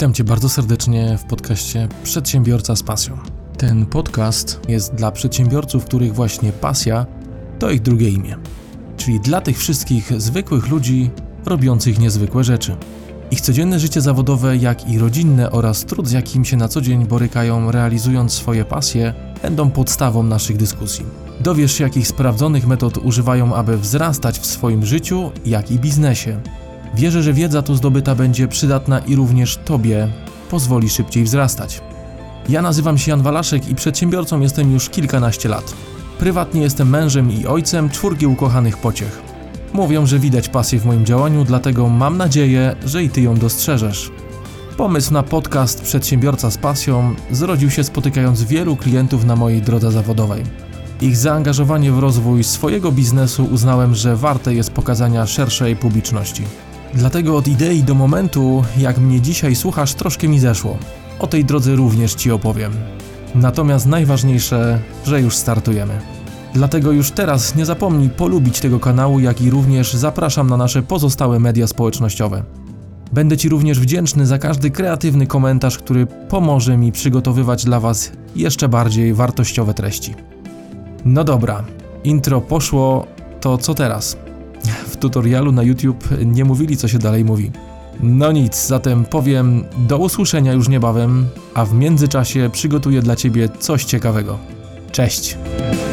Witam Cię bardzo serdecznie w podcaście Przedsiębiorca z pasją. Ten podcast jest dla przedsiębiorców, których właśnie pasja to ich drugie imię. Czyli dla tych wszystkich zwykłych ludzi robiących niezwykłe rzeczy. Ich codzienne życie zawodowe, jak i rodzinne oraz trud, z jakim się na co dzień borykają realizując swoje pasje, będą podstawą naszych dyskusji. Dowiesz się, jakich sprawdzonych metod używają, aby wzrastać w swoim życiu, jak i biznesie. Wierzę, że wiedza tu zdobyta będzie przydatna i również Tobie pozwoli szybciej wzrastać. Ja nazywam się Jan Walaszek i przedsiębiorcą jestem już kilkanaście lat. Prywatnie jestem mężem i ojcem 4 ukochanych pociech. Mówią, że widać pasję w moim działaniu, dlatego mam nadzieję, że i Ty ją dostrzeżesz. Pomysł na podcast Przedsiębiorca z pasją zrodził się spotykając wielu klientów na mojej drodze zawodowej. Ich zaangażowanie w rozwój swojego biznesu uznałem, że warte jest pokazania szerszej publiczności. Dlatego od idei do momentu, jak mnie dzisiaj słuchasz, troszkę mi zeszło. O tej drodze również Ci opowiem. Natomiast najważniejsze, że już startujemy. Dlatego już teraz nie zapomnij polubić tego kanału, jak i również zapraszam na nasze pozostałe media społecznościowe. Będę Ci również wdzięczny za każdy kreatywny komentarz, który pomoże mi przygotowywać dla Was jeszcze bardziej wartościowe treści. No dobra, intro poszło, to co teraz? W tutorialu na YouTube nie mówili, co się dalej mówi. No nic, zatem powiem do usłyszenia już niebawem, a w międzyczasie przygotuję dla Ciebie coś ciekawego. Cześć!